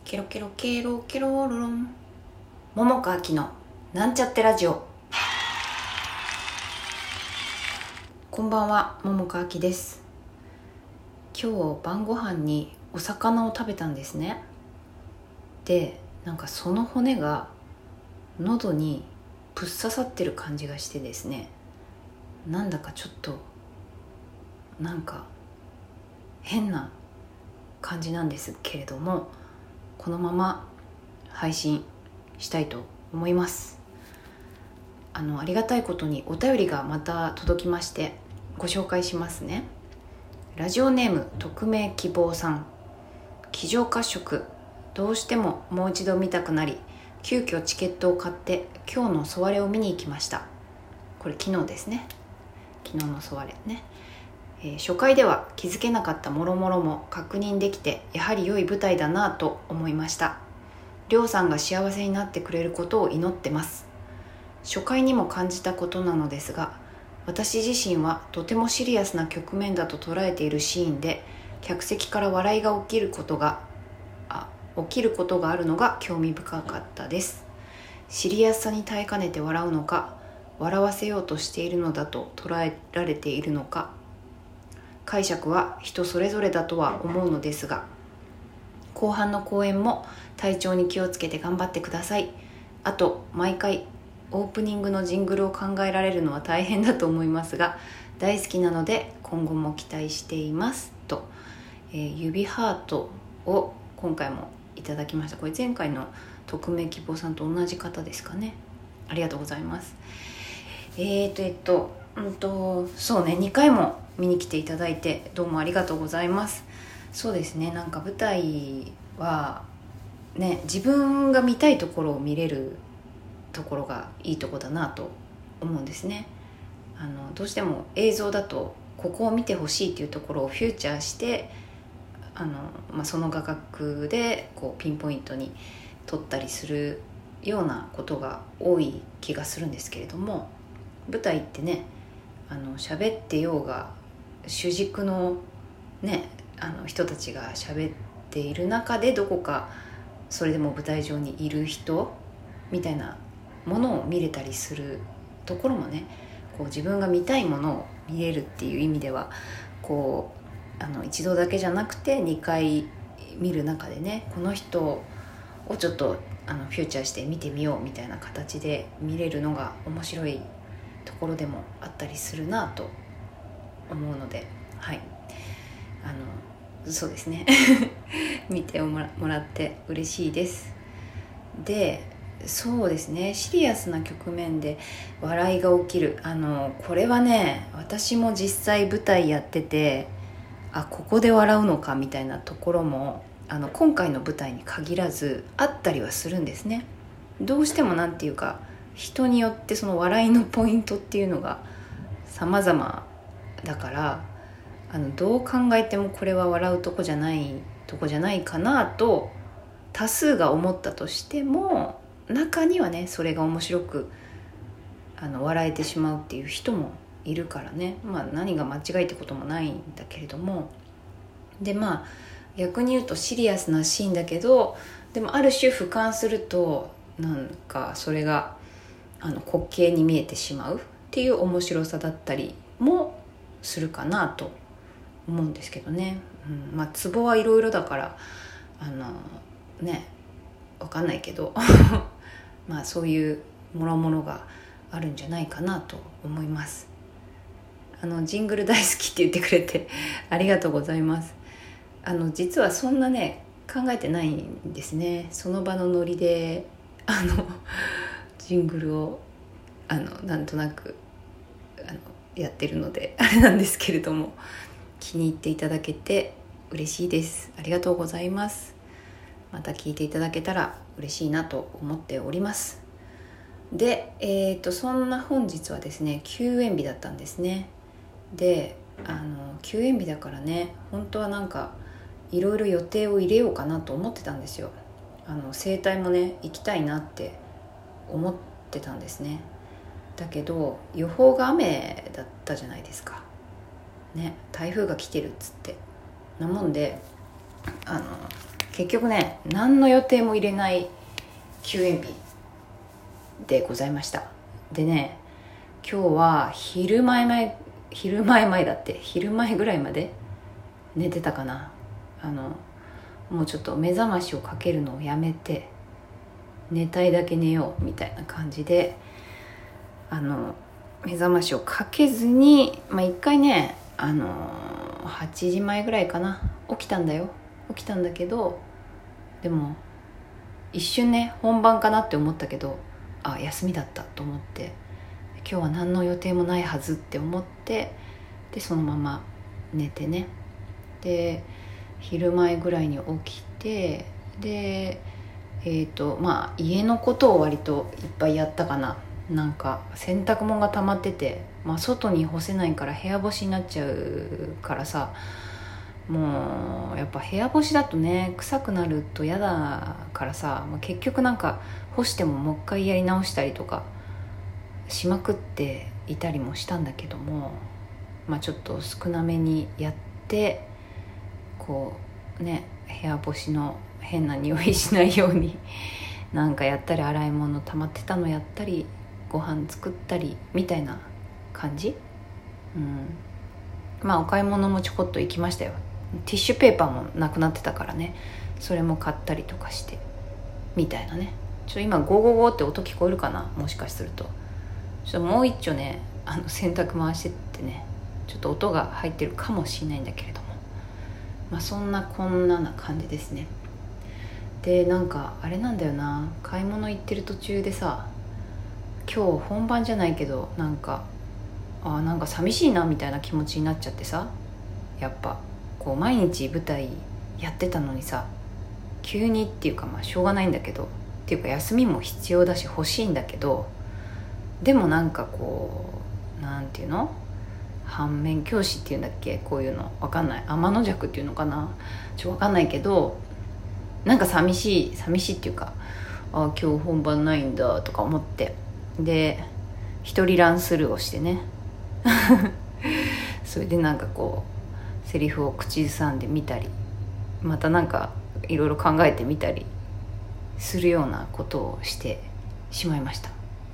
ケロケロケロケロロロン。桃佳明のなんちゃってラジオ。こんばんは、桃佳明です。今日晩ご飯にお魚を食べたんですね。で、なんかその骨が喉にぶっ刺さってる感じがしてですね、なんだかちょっとなんか変な感じなんですけれども、このまま配信したいと思います。ありがたいことにお便りがまた届きましてご紹介しますね。ラジオネーム匿名希望さん。机上褐色、どうしてももう一度見たくなり、急遽チケットを買って今日のソワレを見に行きました。これ昨日ですね。昨日のソワレね。初回では気づけなかったもろもろも確認できて、やはり良い舞台だなと思いました。りょうさんが幸せになってくれることを祈ってます。初回にも感じたことなのですが、私自身はとてもシリアスな局面だと捉えているシーンで、客席から笑いが起きることがあるのが興味深かったです。シリアスさに耐えかねて笑うのか、笑わせようとしているのだと捉えられているのか、解釈は人それぞれだとは思うのですが、後半の公演も体調に気をつけて頑張ってください。あと毎回オープニングのジングルを考えられるのは大変だと思いますが、大好きなので今後も期待していますと、指ハートを今回もいただきました。これ前回の匿名希望さんと同じ方ですかね。ありがとうございます。そうね、2回も見に来ていただいてどうもありがとうございます。そうですね、なんか舞台はね、自分が見たいところを見れるところがいいとこだなと思うんですね。どうしても映像だとここを見てほしいっていうところをフューチャーしてその画角でこうピンポイントに撮ったりするようなことが多い気がするんですけれども、舞台ってね、喋ってようが主軸のね、人たちが喋っている中でどこかそれでも舞台上にいる人みたいなものを見れたりするところもね、こう自分が見たいものを見れるっていう意味では、こう一度だけじゃなくて2回見る中でね、この人をちょっとフューチャーして見てみようみたいな形で見れるのが面白いところでもあったりするなと思うので、はい、そうですね見てもらって嬉しいです。で、そうですね、シリアスな局面で笑いが起きる、これはね、私も実際舞台やってて、ここで笑うのかみたいなところも今回の舞台に限らずあったりはするんですね。どうしてもなんていうか、人によってその笑いのポイントっていうのが様々だから、どう考えてもこれは笑うとこじゃないかなと多数が思ったとしても、中にはね、それが面白く笑えてしまうっていう人もいるからね、何が間違いってこともないんだけれども、で逆に言うとシリアスなシーンだけど、でもある種俯瞰するとなんかそれが滑稽に見えてしまうっていう面白さだったりもするかなと思うんですけどね。ツボはいろいろだから分かんないけどそういうもろもろがあるんじゃないかなと思います。ジングル大好きって言ってくれてありがとうございます。実はそんなね考えてないんですね。その場のノリでジングルをなんとなくやってるのであれなんですけれども、気に入っていただけて嬉しいです。ありがとうございます。また聞いていただけたら嬉しいなと思っております。で、そんな本日はですね、休園日だったんですね。で、休園日だからね、本当はなんかいろいろ予定を入れようかなと思ってたんですよ。整体もね行きたいなって思ってたんですね。だけど予報が雨だったじゃないですかね。台風が来てるっつってなもんで、 結局ね何の予定も入れない休園日でございました。でね、今日は昼前ぐらいまで寝てたかな。もうちょっと目覚ましをかけるのをやめて、寝たいだけ寝ようみたいな感じで目覚ましをかけずに、一回ね8時前ぐらいかな起きたんだけど、でも一瞬ね本番かなって思ったけど、休みだったと思って、今日は何の予定もないはずって思って、でそのまま寝てね、で昼前ぐらいに起きて、で家のことを割といっぱいやったかな。なんか洗濯物が溜まってて、外に干せないから部屋干しになっちゃうからさ、もうやっぱ部屋干しだとね臭くなると嫌だからさ、結局なんか干してももう一回やり直したりとかしまくっていたりもしたんだけども、ちょっと少なめにやって、こうね部屋干しの変な匂いしないようになんかやったり、洗い物溜まってたのやったり、ご飯作ったりみたいな感じ。お買い物もちょこっと行きましたよ。ティッシュペーパーもなくなってたからね、それも買ったりとかしてみたいなね。今ゴーゴーゴーって音聞こえるかな、もしかすると。もう一丁ね洗濯回してってね、ちょっと音が入ってるかもしれないんだけれども、そんなこんな感じですね。でなんかあれなんだよな、買い物行ってる途中でさ、今日本番じゃないけどなんか寂しいなみたいな気持ちになっちゃってさ、やっぱこう毎日舞台やってたのにさ、急にっていうかしょうがないんだけど、っていうか休みも必要だし欲しいんだけど、でもなんかこうなんていうの、反面教師っていうんだっけ、こういうのわかんない、天の弱っていうのかな、わかんないけど、なんか寂しいっていうか、今日本番ないんだとか思って、で一人ランスルーをしてねそれでなんかこうセリフを口ずさんでみたり、またなんかいろいろ考えてみたりするようなことをしてしまいました、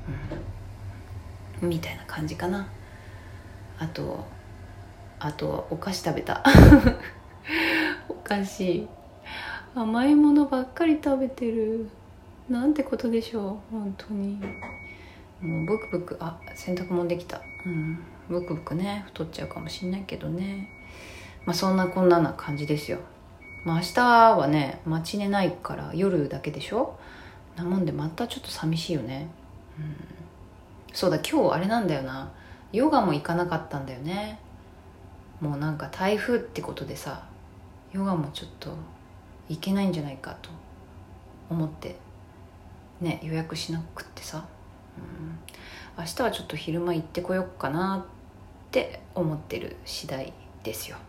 みたいな感じかな。あとはお菓子食べたお菓子、甘いものばっかり食べてる、なんてことでしょう本当に。もうブクブク、洗濯物できた、ブクブクね太っちゃうかもしんないけどね。そんなこんな感じですよ。明日はねマチネないから夜だけでしょ。なもんでまたちょっと寂しいよね。そうだ、今日あれなんだよな、ヨガも行かなかったんだよね。もうなんか台風ってことでさ、ヨガもちょっと行けないんじゃないかと思ってね、予約しなくってさ、明日はちょっと昼間行ってこようかなって思ってる次第ですよ。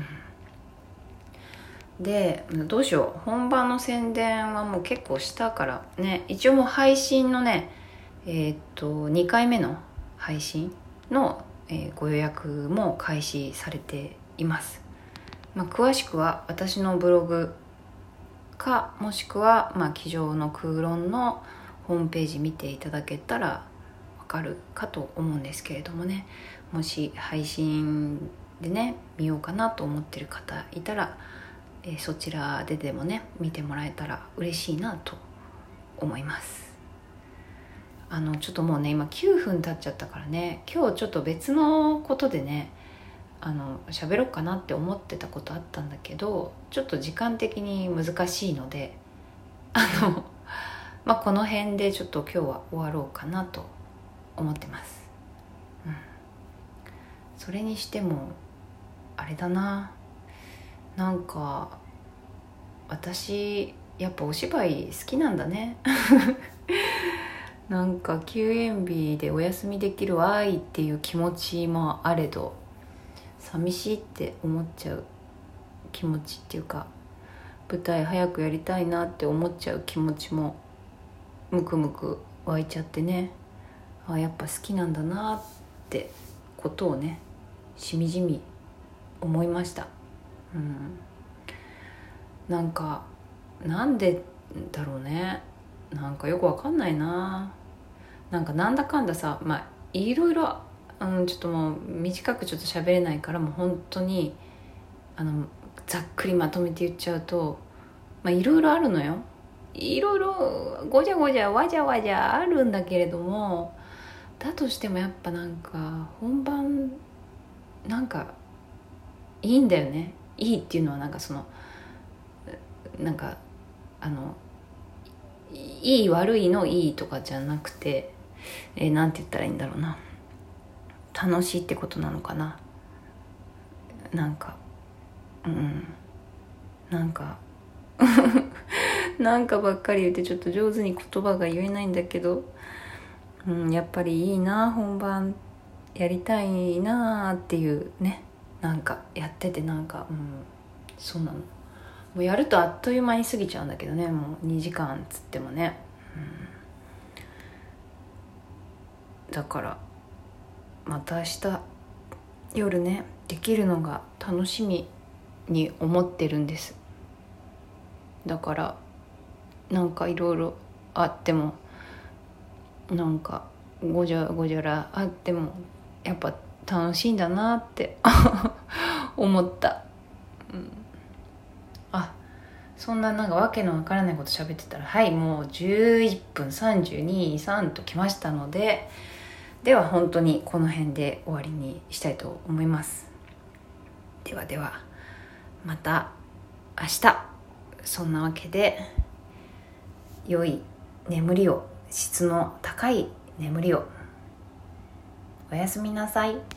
でどうしよう、本番の宣伝はもう結構したからね。一応もう配信のね2回目の配信の、ご予約も開始されています。詳しくは私のブログか、もしくは机上の空論のホームページ見ていただけたらわかるかと思うんですけれどもね、もし配信でね見ようかなと思ってる方いたら、そちらででもね見てもらえたら嬉しいなと思います。ちょっともうね今9分経っちゃったからね、今日ちょっと別のことでね喋ろうかなって思ってたことあったんだけど、ちょっと時間的に難しいのでこの辺でちょっと今日は終わろうかなと思ってます。それにしてもあれだな、なんか私やっぱお芝居好きなんだねなんか休園日でお休みできるわいっていう気持ちもあれど、寂しいって思っちゃう気持ちっていうか、舞台早くやりたいなって思っちゃう気持ちもムクムク湧いちゃってね、やっぱ好きなんだなってことをねしみじみ思いました。なんかなんでだろうね。なんかよくわかんないな。なんだかんださ、いろいろ、ちょっともう短くちょっと喋れないから、もう本当にざっくりまとめて言っちゃうと、いろいろあるのよ。いろいろごちゃごちゃわじゃわじゃあるんだけれども、だとしてもやっぱ本番いいんだよね。いいっていうのはいい悪いのいいとかじゃなくて、なんて言ったらいいんだろうな、楽しいってことなのかな。なんかばっかり言ってちょっと上手に言葉が言えないんだけど、やっぱりいいな、本番やりたいなっていうね。やっててそうなの。もうやるとあっという間に過ぎちゃうんだけどね、もう2時間つってもね、だからまた明日夜ねできるのが楽しみに思ってるんです。だからいろいろあってもごじゃごじゃらあってもやっぱ楽しいんだなって思った、そんなわけのわからないこと喋ってたら、はい、もう11分32、3ときましたので、では本当にこの辺で終わりにしたいと思います。ではではまた明日。そんなわけで良い眠りを、質の高い眠りを。おやすみなさい。